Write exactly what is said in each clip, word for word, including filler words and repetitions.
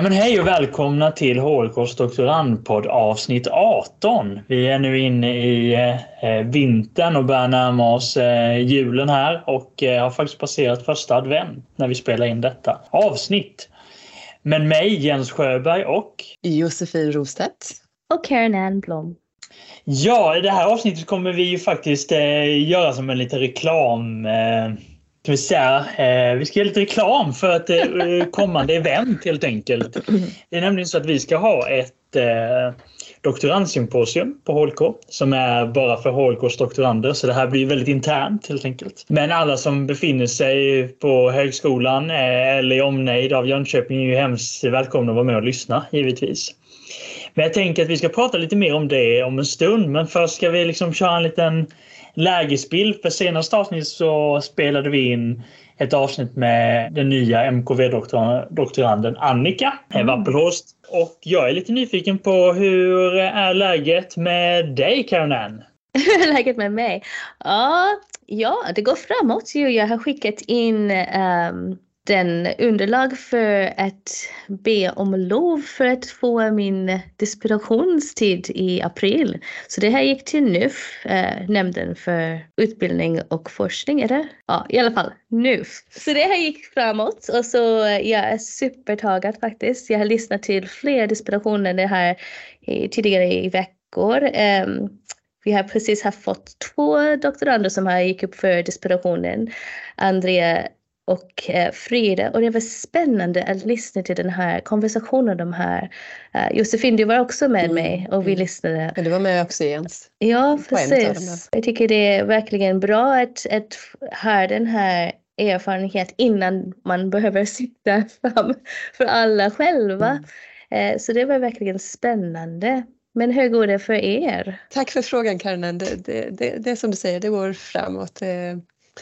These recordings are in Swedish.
Ja men hej och välkomna till H L K:s doktorandpodd avsnitt arton. Vi är nu inne i eh, vintern och börjar närma oss eh, julen här och eh, har faktiskt passerat första advent när vi spelar in detta avsnitt. Men mig, Jens Sjöberg och Josefin Rostedt och Karen Ann Blom. Ja, i det här avsnittet kommer vi ju faktiskt eh, göra som en liten reklam. Eh, Kan vi, säga, eh, vi ska göra lite reklam för ett eh, kommande event helt enkelt. Det är nämligen så att vi ska ha ett eh, doktorandsymposium på H L K som är bara för H L K:s doktorander, så det här blir väldigt internt helt enkelt. Men alla som befinner sig på högskolan eh, eller i omnejd av Jönköping är ju hemskt välkomna att vara med och lyssna givetvis. Men jag tänker att vi ska prata lite mer om det om en stund, men först ska vi liksom köra en liten lägesbild. För senaste avsnitt så spelade vi in ett avsnitt med den nya M K V-doktoranden Annika mm. Wappelhorst. Och jag är lite nyfiken på hur är läget med dig, Karen Ann? Hur är läget med mig? Ja, ja, det går framåt. Jag har skickat in um, den underlag för att be om lov för att få min disputationstid i april. Så det här gick till N U F, eh, nämnden för utbildning och forskning, är det? Ja, i alla fall N U F. Så det här gick framåt och så jag är supertagad faktiskt. Jag har lyssnat till fler disputationer det här eh, tidigare i veckor. Eh, vi har precis haft fått två doktorander som har gick upp för disputationen. Andrea och eh, Frida, och det var spännande att lyssna till den här konversationen. De här uh, Josefin, du var också med mm. mig och vi lyssnade. Men du var med också, Jens. Ja, precis. Jag tycker det är verkligen bra att, att ha den här erfarenhet innan man behöver sitta fram för alla själva. Mm. Uh, så det var verkligen spännande. Men hur går det för er? Tack för frågan, Karen. Det, det, det, det är som du säger, det går framåt. Det...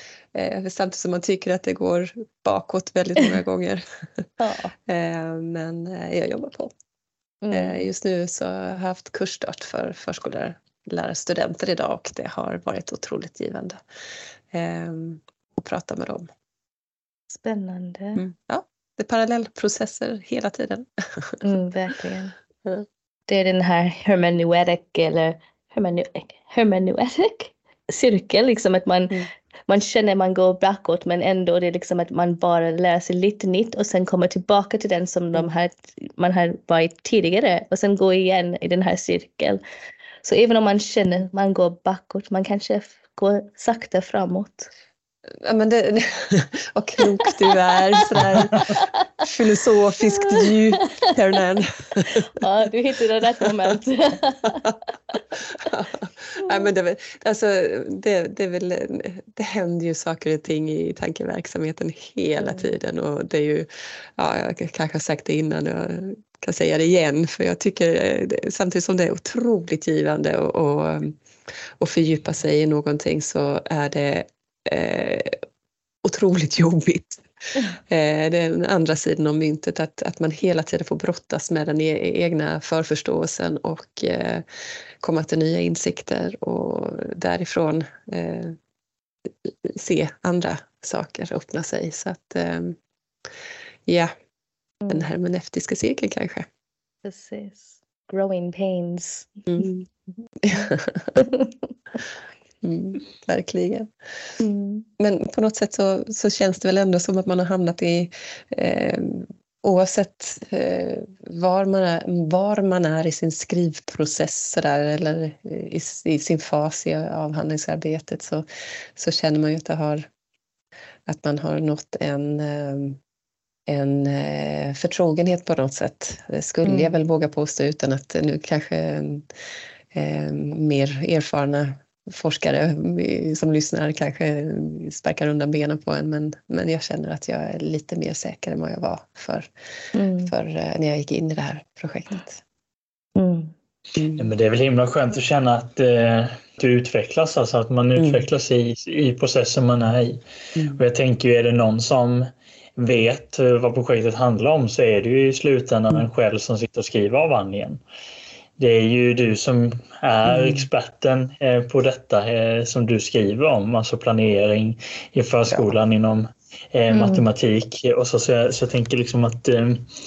Eh, samtidigt som man tycker att det går bakåt väldigt många gånger. Ja. eh, men eh, jag jobbar på. Mm. Eh, just nu så har jag haft kursstart för förskollärarstudenter idag och det har varit otroligt givande eh, att prata med dem. Spännande. Mm. Ja, det är parallellprocesser hela tiden. mm, verkligen. Mm. Det är den här hermeneutic eller hermeneutic, hermeneutic cirkel, liksom att man mm. Man känner att man går bakåt, men ändå det är liksom att man bara lär sig lite nytt och sen kommer tillbaka till den som de här, man har varit tidigare och sen går igen i den här cirkeln. Så även om man känner att man går bakåt, man kanske går sakta framåt. Ja, men det, vad klok du är, sådär filosofiskt djup, Karen. Ja, du hittade rätt moment. Nej, men det, alltså, det, det, är väl, det händer ju saker och ting i tankeverksamheten hela tiden och det är ju, ja, jag kanske har sagt det innan och jag kan säga det igen, för jag tycker samtidigt som det är otroligt givande och, och, och fördjupa sig i någonting så är det Eh, otroligt jobbigt. Eh, det är den andra sidan av myntet, att, att man hela tiden får brottas med den e- egna förförståelsen och eh, komma till nya insikter och därifrån eh, se andra saker öppna sig. Så att eh, ja, den hermeneutiska cirkeln kanske. Precis. Growing pains. Mm. Mm, verkligen. Mm. Men på något sätt så, så känns det väl ändå som att man har hamnat i eh, oavsett eh, var, man är, var man är i sin skrivprocess så där, eller i, i sin fas i avhandlingsarbetet så, så känner man ju att, det har, att man har nått en, en förtrogenhet på något sätt. Det skulle mm. jag väl våga påstå utan att nu kanske eh, mer erfarna forskare som lyssnar kanske sparkar undan benen på en, men, men jag känner att jag är lite mer säker än vad jag var för, mm. för när jag gick in i det här projektet. Mm. Mm. Ja, men det är väl himla skönt att känna att eh, du utvecklas, alltså att man mm. utvecklas i, i processen man är i. Mm. Och jag tänker ju, är det någon som vet vad projektet handlar om så är det ju i slutändan en själv som sitter och skriver avhandlingen. Det är ju du som är mm. experten eh, på detta eh, som du skriver om, alltså planering i förskolan ja. inom eh, mm. matematik. Och så, så, jag, så jag tänker liksom att eh,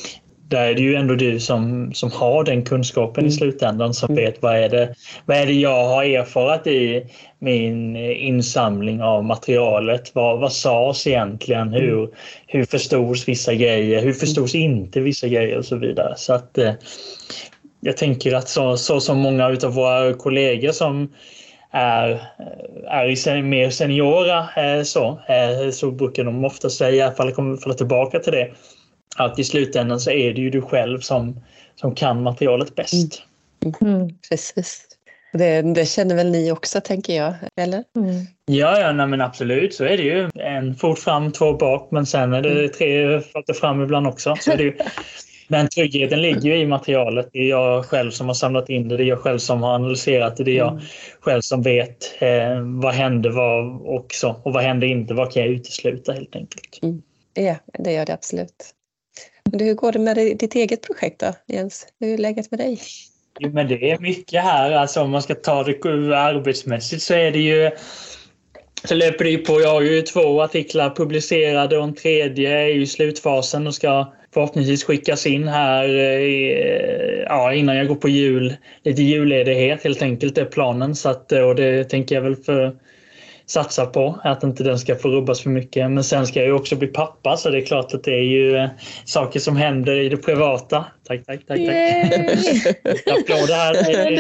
där är det ju ändå du som, som har den kunskapen Mm. i slutändan som vet vad är, det, vad är det jag har erfarit i min insamling av materialet. Vad, vad sades egentligen? Hur, hur förstås vissa grejer? Hur förstås inte vissa grejer och så vidare. Så att eh, jag tänker att så, så som många av våra kollegor som är, är i sen, mer seniora eh, så, eh, så brukar de ofta säga, ifall jag kommer falla tillbaka till det, att i slutändan så är det ju du själv som, som kan materialet bäst. Mm. Mm. Precis. Det, det känner väl ni också, tänker jag, eller? Mm. Ja, ja nej, men absolut. Så är det ju. En fot fram, två bak, men sen är det tre fötter fram ibland också. Så är det ju. Men tryggheten ligger ju i materialet. Det är jag själv som har samlat in det. Det är jag själv som har analyserat det. Det är jag Mm. själv som vet eh, vad hände vad också. Och vad hände inte. Vad kan jag utesluta helt enkelt. Mm. Ja, det gör det absolut. Men hur går det med ditt eget projekt då, Jens? Hur är läget med dig? Jo, men det är mycket här. Alltså, om man ska ta det arbetsmässigt så är det ju... Så löper det ju på. Jag har ju två artiklar publicerade och en tredje är ju i slutfasen och ska förhoppningsvis skickas in här i, ja, innan jag går på jul. Lite julledighet helt enkelt är planen. Så att, och det tänker jag väl för satsa på. Att inte den ska få rubbas för mycket. Men sen ska jag ju också bli pappa, så det är klart att det är ju eh, saker som händer i det privata. Tack, tack, tack, tack. Applåder här.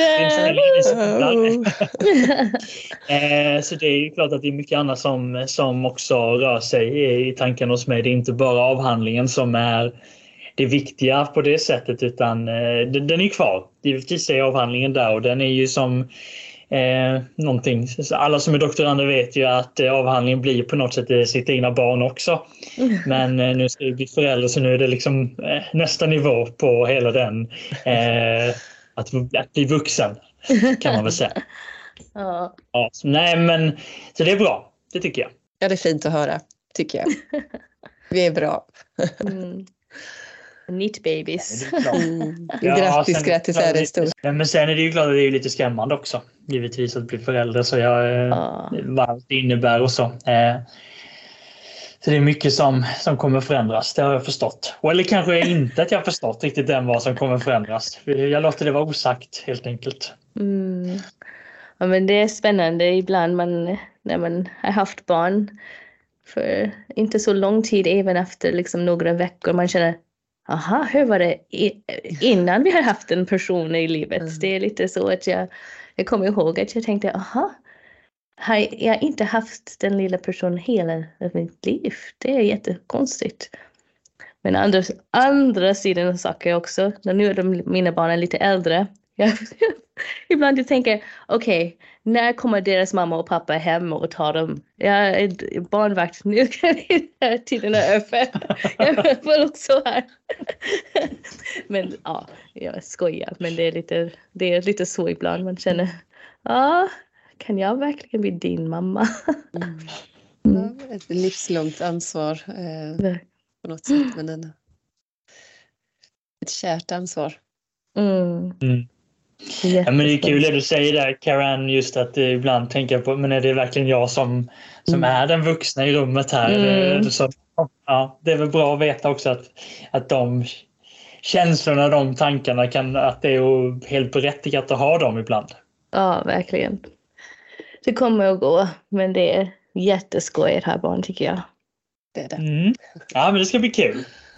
eh, så det är ju klart att det är mycket annat som, som också rör sig i, i tanken hos mig. Det är inte bara avhandlingen som är det viktiga på det sättet, utan eh, den, den är kvar. Givetvis är avhandlingen där och den är ju som Eh, någonting. Alla som är doktorander vet ju att eh, avhandlingen blir på något sätt sitt egna barn också. Men eh, nu ska vi bli föräldrar, så nu är det liksom eh, nästa nivå på hela den eh, att, att bli vuxen, kan man väl säga. Ja. Ja, så, nej, men så det är bra, det tycker jag. Ja, det är fint att höra, tycker jag. Vi är bra. Mm. Neat babies. Ja, det är klart. Mm. Ja, grattis, sen- grattis är det stort. Ja, men sen är det ju klart att det är lite skrämmande också. Givetvis att bli förälder, så jag, eh, Ja. vad allt det innebär och så. Eh, så det är mycket som, som kommer förändras, det har jag förstått. Och eller kanske inte att jag har förstått riktigt än vad som kommer förändras. Jag låter det vara osagt helt enkelt. Mm. Ja, men det är spännande ibland man, när man har haft barn för inte så lång tid, även efter liksom några veckor. Man känner, aha, hur var det i- innan vi har haft en person i livet? Mm. Det är lite så att jag, jag kommer ihåg att jag tänkte, aha, har jag inte haft den lilla personen hela mitt liv? Det är jättekonstigt. Men andra, andra sidan av saker också, när nu är de, mina barn är lite äldre. Jag, ibland jag tänker, okej, okay, när kommer deras mamma och pappa hem och ta dem? Jag är barnvakt, nu kan tiden är öppen. Jag var också här. Men ja, jag skojar. Men det är lite, det är lite så ibland. Man känner, ja, kan jag verkligen bli din mamma? Mm. Mm. Ja, ett livslångt ansvar eh, på något sätt, men en, ett kärt ansvar. Mm. Mm. Ja, men det är kul det du säger där, Karen, just att eh, ibland tänka på, men är det verkligen jag som, som Mm. är den vuxna i rummet här? Mm. Det, så, ja, det är väl bra att veta också att, att de känslorna, de tankarna, kan, att det är helt berättigat att ha dem ibland. Ja, verkligen. Det kommer att gå, men det är jätteskojigt här barn, tycker jag. Det är det. Mm. Ja, men det ska bli kul.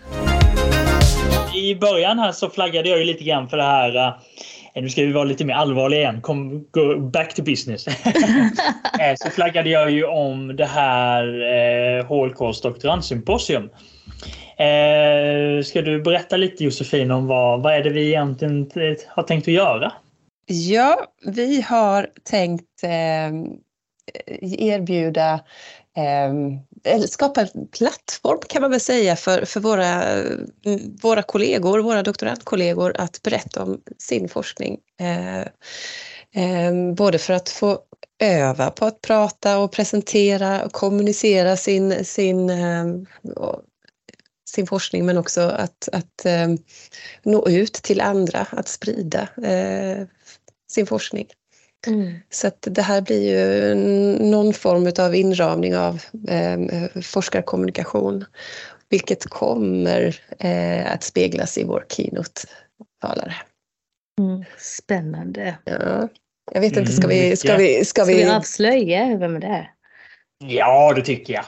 I början här så flaggade jag ju lite grann för det här. Eh, nu ska vi vara lite mer allvarliga igen. Kom, go back to business. eh, så flaggade jag ju om det här eh, H L K:s doktorandsymposium. Eh, ska du berätta lite, Josefin, om vad, vad är det vi egentligen har tänkt att göra? Ja, vi har tänkt eh, erbjuda eh, eller skapa en plattform, kan man väl säga, för, för våra, våra kollegor, våra doktorandkollegor att berätta om sin forskning. Eh, eh, både för att få öva på att prata och presentera och kommunicera sin, sin, eh, sin forskning, men också att, att eh, nå ut till andra, att sprida eh, sin forskning. Mm. Så att det här blir ju någon form av inramning av eh, forskarkommunikation. vilket kommer eh, att speglas i vår keynote-talare. Mm, spännande. Ja. Jag vet inte, Mm, ska vi... Ska mycket. vi, ska Ska vi vi... avslöja vem det är? Ja, det tycker jag.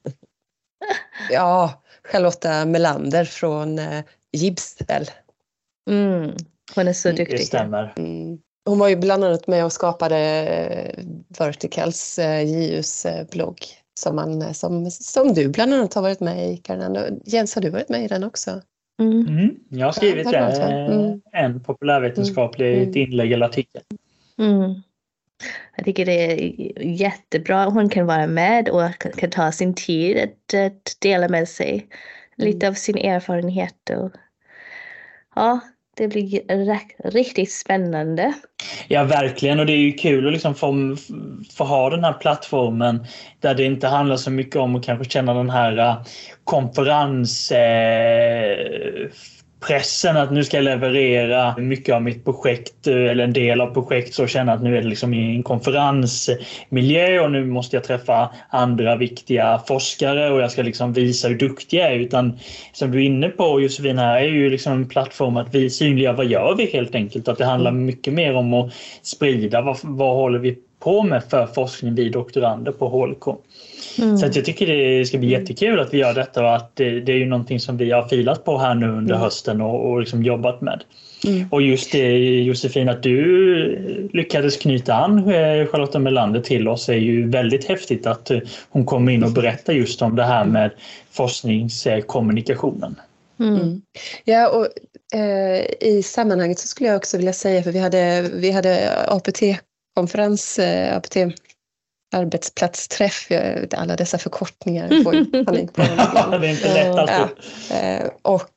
Ja, Charlotta Melander från eh, Jibs väl. Mm, hon är så Mm, duktig. Det stämmer. Mm. Hon var ju bland annat med och skapade eh, Verticals, eh, J U:s eh, blogg. Som, man, som, som du bland annat har varit med i, Karin. Jens, har du varit med i den också? Mm. Mm, jag har skrivit Ja, det var det, va? eh, Mm. en populärvetenskaplig Mm. inlägg eller artikel. Mm. Jag tycker det är jättebra. Hon kan vara med och kan, kan ta sin tid att, att dela med sig lite av sin erfarenhet. Och, ja, det blir re- riktigt spännande. Ja, verkligen. Och det är ju kul att liksom få, få ha den här plattformen där det inte handlar så mycket om att kanske känna den här uh, konferens eh, pressen att nu ska jag leverera mycket av mitt projekt eller en del av projekt, så känna att nu är det liksom i en konferensmiljö och nu måste jag träffa andra viktiga forskare och jag ska liksom visa hur duktig jag är. Utan som du är inne på, Josefin, här är ju liksom en plattform att vi synliggör vad gör vi helt enkelt. Att det handlar mycket mer om att sprida vad, vad håller vi på med för forskning vid doktorander på H L K. Mm. Så att jag tycker det ska bli jättekul att vi gör detta och att det, det är ju någonting som vi har filat på här nu under mm. hösten och, och liksom jobbat med. Mm. Och just det, Josefin, att du lyckades knyta an Charlotta Melander till oss är ju väldigt häftigt, att hon kommer in och berättar just om det här med forskningskommunikationen. Mm. Mm. Ja, och eh, i sammanhanget så skulle jag också vilja säga, för vi hade, vi hade A P T-konferens, eh, A P T arbetsplatsträff, alla dessa förkortningar får ju panik på. Ja, det är inte lätt alltid. Ja, och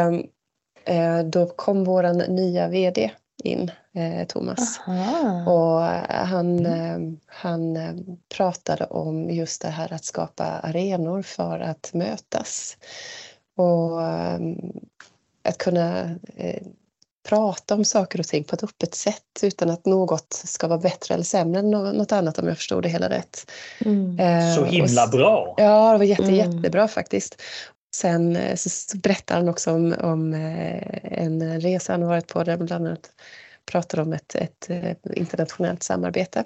då kom våran nya vd in, Thomas. Aha. Och han, mm. han pratade om just det här att skapa arenor för att mötas. Och att kunna prata om saker och ting på ett öppet sätt utan att något ska vara bättre eller sämre än något annat, om jag förstod det hela rätt. Mm. Eh, så himla bra! Ja, det var jätte, mm. jättebra faktiskt. Sen så, så berättar han också om, om en resa han varit på där bland annat pratade om ett, ett internationellt samarbete.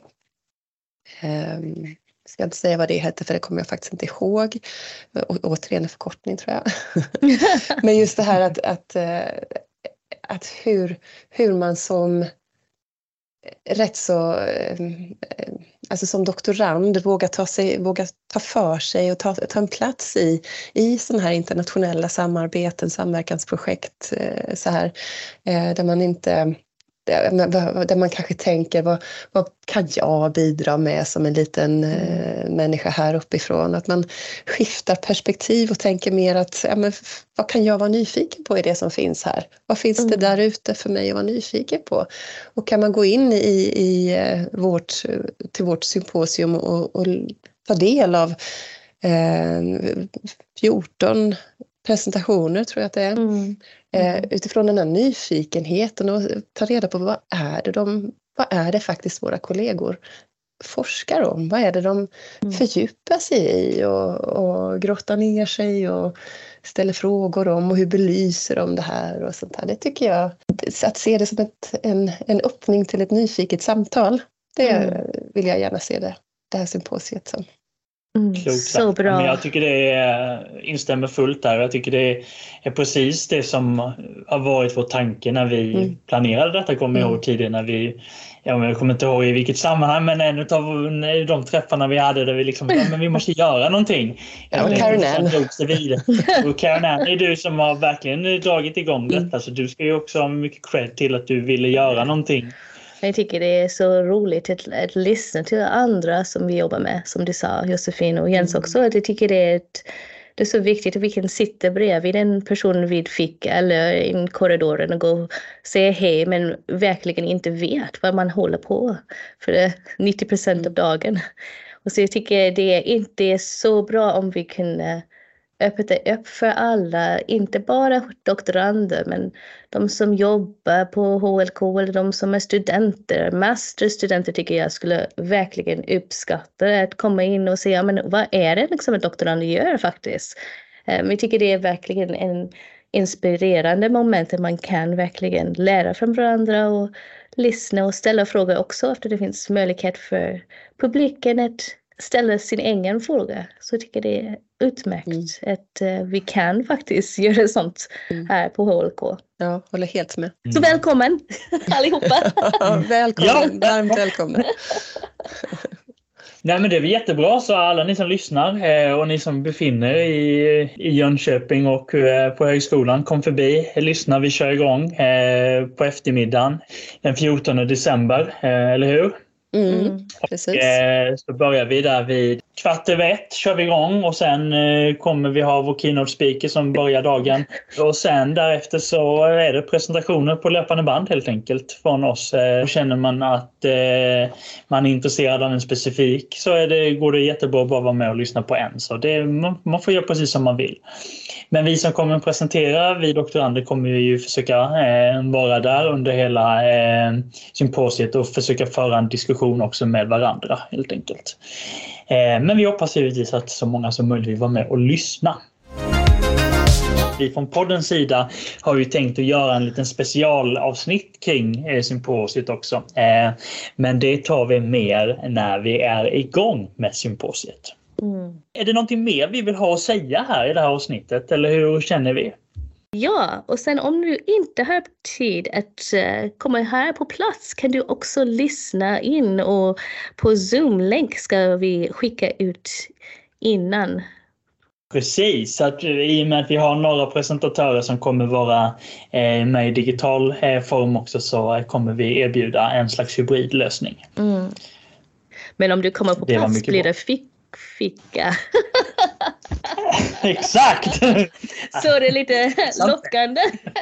Um, jag ska inte säga vad det heter för det kommer jag faktiskt inte ihåg. Å, återigen en förkortning tror jag. Men just det här att, att att hur, hur man som rätt så alltså som doktorand vågar ta sig vågar ta för sig och ta, ta en plats i i såna här internationella samarbeten, samverkansprojekt så här där man inte där man kanske tänker vad, vad kan jag bidra med som en liten mm. människa här uppifrån, att man skiftar perspektiv och tänker mer att ja, men, vad kan jag vara nyfiken på i det som finns här, vad finns mm. det där ute för mig att vara nyfiken på, och kan man gå in i, i vårt, till vårt symposium och, och ta del av eh, fjorton presentationer tror jag att det är. Mm. Mm. Utifrån den här nyfikenheten och ta reda på vad är det de, vad är det faktiskt våra kollegor forskar om, vad är det de mm. fördjupar sig i och, och grottar ner sig och ställer frågor om och hur belyser de det här och sånt här. Det tycker jag, att se det som ett, en, en öppning till ett nyfiket samtal, det mm. vill jag gärna se det, det här symposiet som. Mm, så bra. Men jag tycker det är, instämmer fullt där. Jag tycker det är precis det som har varit vår tanke när vi mm. planerade detta, kommer jag ihåg tidigare när vi, jag kommer inte ihåg i vilket sammanhang, men en av de träffarna vi hade där vi liksom, ja, men vi måste göra någonting. Ja, Karin Ann. Och Karin Ann är du som har verkligen dragit igång detta, mm. så du ska ju också ha mycket cred till att du ville göra någonting. Jag tycker det är så roligt att, att lyssna till andra som vi jobbar med, som du sa, Josefin och Jens också. Att jag tycker det är, ett, det är så viktigt att vi kan sitta bredvid en person vid fika eller i korridoren och gå och säga hej, men verkligen inte vet vad man håller på för det nittio procent av dagen. Och så jag tycker det är inte så bra om vi kan öppna upp för alla, inte bara doktorander, men de som jobbar på H L K eller de som är studenter, masterstudenter tycker jag skulle verkligen uppskatta att komma in och se, ja, men vad är det liksom en doktorand gör faktiskt? Um, vi tycker det är verkligen en inspirerande moment där man kan verkligen lära från varandra och lyssna och ställa frågor också, efter det finns möjlighet för publiken att ställa sin egen fråga. Så jag tycker det är utmärkt mm. att uh, vi kan faktiskt göra sånt mm. här på H L K. Ja, håller helt med. Så välkommen allihopa! Välkommen, ja. Varmt välkommen! Nej, men det är jättebra, så alla ni som lyssnar eh, och ni som befinner er i, i Jönköping och eh, på högskolan, kom förbi, lyssna, vi kör igång eh, på eftermiddagen den fjortonde december, eh, eller hur? Mm, precis. Och, eh, så börjar vi där vid kvart över ett, kör vi igång och sen eh, kommer vi ha vår keynote speaker som börjar dagen. Och sen därefter så är det presentationer på löpande band helt enkelt från oss. Eh, känner man att eh, man är intresserad av en specifik så är det, går det jättebra att bara vara med och lyssna på en. Så det, man, man får göra precis som man vill. Men vi som kommer att presentera, vi doktorander, kommer ju försöka eh, vara där under hela eh, symposiet och försöka föra en diskussion också med varandra helt enkelt. Eh, men vi hoppas givetvis att så många som möjligt vill vara med och lyssna. Vi från poddens sida har ju tänkt att göra en liten specialavsnitt kring eh, symposiet också. Eh, men det tar vi mer när vi är igång med symposiet. Mm. Är det någonting mer vi vill ha att säga här i det här avsnittet, eller hur känner vi? Ja, och sen om du inte har tid att uh, komma här på plats kan du också lyssna in, och på Zoom-länk ska vi skicka ut innan. Precis, att i och med att vi har några presentatörer som kommer vara eh, med i digital eh, form också, så kommer vi erbjuda en slags hybridlösning. Mm. Men om du kommer på plats det blir det fick Ficka. Exakt. Så det är lite lockande.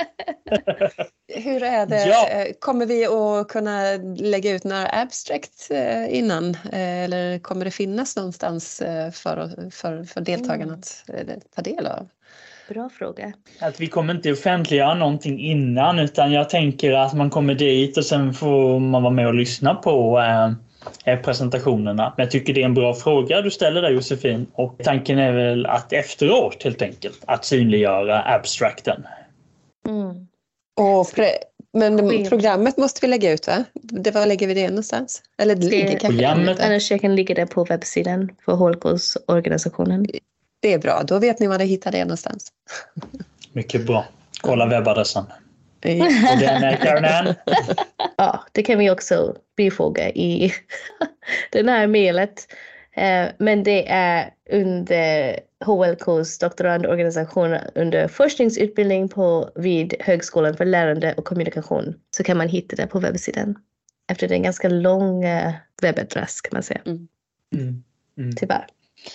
Hur är det? Ja. Kommer vi att kunna lägga ut några abstract innan? Eller kommer det finnas någonstans för, för, för deltagarna mm. att ta del av? Bra fråga. Att vi kommer inte offentliggöra någonting innan, utan jag tänker att man kommer dit och sen får man vara med och lyssna på presentationerna. Men jag tycker det är en bra fråga du ställer där, Josefin, och tanken är väl att efteråt helt enkelt att synliggöra abstrakten. Mm. Och pre- men programmet måste vi lägga ut, va? Det var lägger vi det någonstans? Eller det ligger kanske programmet. Annars kan ligga det på webbsidan för H L K:s organisationen. Det är bra, då vet ni var det hittar det någonstans. Mycket bra. Kolla webbadressen. Och den är Karin. Ja, det kan vi också bifoga i den här mejlet. Men det är under H L K:s doktorandorganisation under forskningsutbildning på vid Högskolan för lärande och kommunikation. Så kan man hitta det på webbsidan. Efter det är en ganska lång webbadress kan man säga. Mm. Mm. Mm. Tyvärr.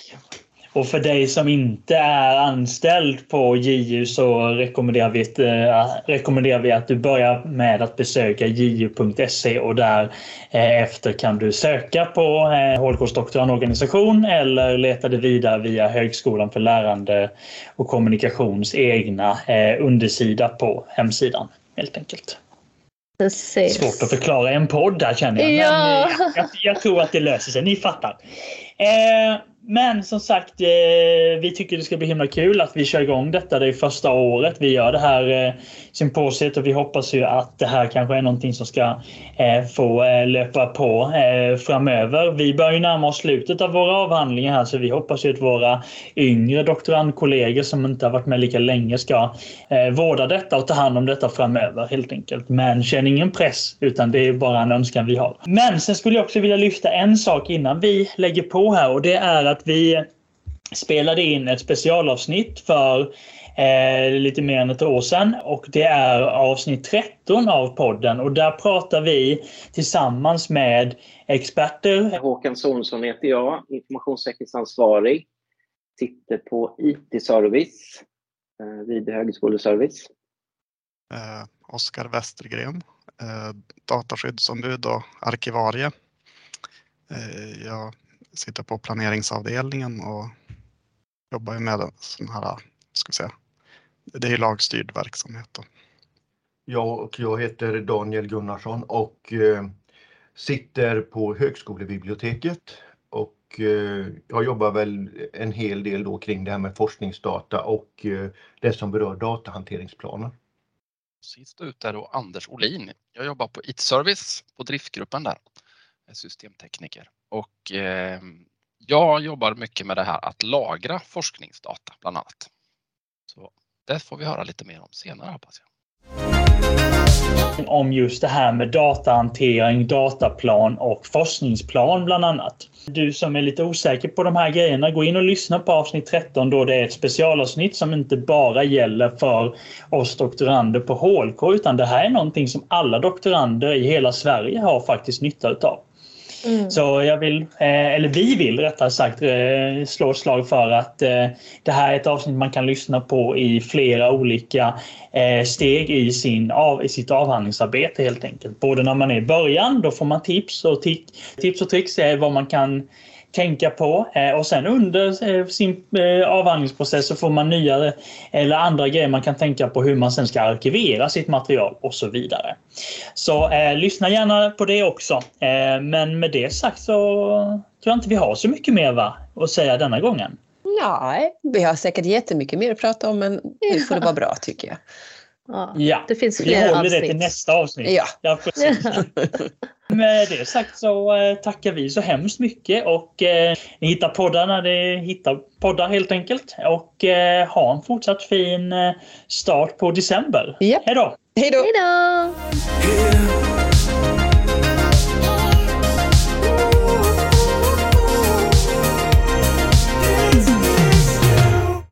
Och för dig som inte är anställd på J U så rekommenderar vi, att, äh, rekommenderar vi att du börjar med att besöka j u punkt se, och där äh, efter kan du söka på äh, H L K:s doktorandorganisation eller leta dig vidare via Högskolan för lärande och kommunikations egna äh, undersida på hemsidan helt enkelt. Precis. Svårt att förklara en podd där känner jag, ja. men äh, jag, jag tror att det löser sig, ni fattar. Eh, Men som sagt, eh, vi tycker det ska bli himla kul att vi kör igång detta. Det är första året vi gör det här eh, symposiet, och vi hoppas ju att det här kanske är någonting som ska eh, få eh, löpa på eh, framöver. Vi börjar ju närma oss slutet av våra avhandlingar här, så vi hoppas ju att våra yngre doktorandkollegor som inte har varit med lika länge ska eh, vårda detta och ta hand om detta framöver helt enkelt. Men känn ingen press, utan det är bara en önskan vi har. Men sen skulle jag också vilja lyfta en sak innan vi lägger på här, och det är att vi spelade in ett specialavsnitt för eh, lite mer än ett år sedan, och det är avsnitt tretton av podden, och där pratar vi tillsammans med experter. Håkan Sonsson heter jag, informationssäkerhetsansvarig, sitter på I T-service eh, vid Högskoleservice. Eh, Oskar Westergren, eh, dataskyddsombud och arkivarie. Eh, jag sitter på planeringsavdelningen och jobbar med sån här, ska vi säga, det är lagstyrd verksamhet då. Jag och jag heter Daniel Gunnarsson och eh, sitter på högskolebiblioteket och eh, jag jobbar väl en hel del då kring det här med forskningsdata och eh, det som berör datahanteringsplaner. Sist ut är då Anders Olin. Jag jobbar på I T-service på driftgruppen där. Jag är systemtekniker. Och eh, jag jobbar mycket med det här att lagra forskningsdata bland annat. Så det får vi höra lite mer om senare, hoppas jag. Om just det här med datahantering, dataplan och forskningsplan bland annat. Du som är lite osäker på de här grejerna, gå in och lyssna på avsnitt tretton då det är ett specialavsnitt som inte bara gäller för oss doktorander på H L K, utan det här är någonting som alla doktorander i hela Sverige har faktiskt nytta utav. Mm. Så jag vill, eller vi vill rättare sagt slå ett slag för att det här är ett avsnitt man kan lyssna på i flera olika steg i, sin, i sitt avhandlingsarbete helt enkelt. Både när man är i början, då får man tips och, tips och tricks är vad man kan tänka på, och sen under sin avhandlingsprocess så får man nya eller andra grejer man kan tänka på hur man sen ska arkivera sitt material och så vidare. Så eh, lyssna gärna på det också. Eh, men med det sagt så tror jag inte vi har så mycket mer va, att säga denna gången. Nej, vi har säkert jättemycket mer att prata om, men det får det vara bra tycker jag. Ja, ja. Det finns vi fler håller avsnitt. Det till nästa avsnitt. Ja. Ja, precis. Med det sagt så eh, tackar vi så hemskt mycket och eh, ni hittar poddar när ni hittar poddar helt enkelt och eh, ha en fortsatt fin eh, start på december. Yep. Hej då! Hej då! Hej då!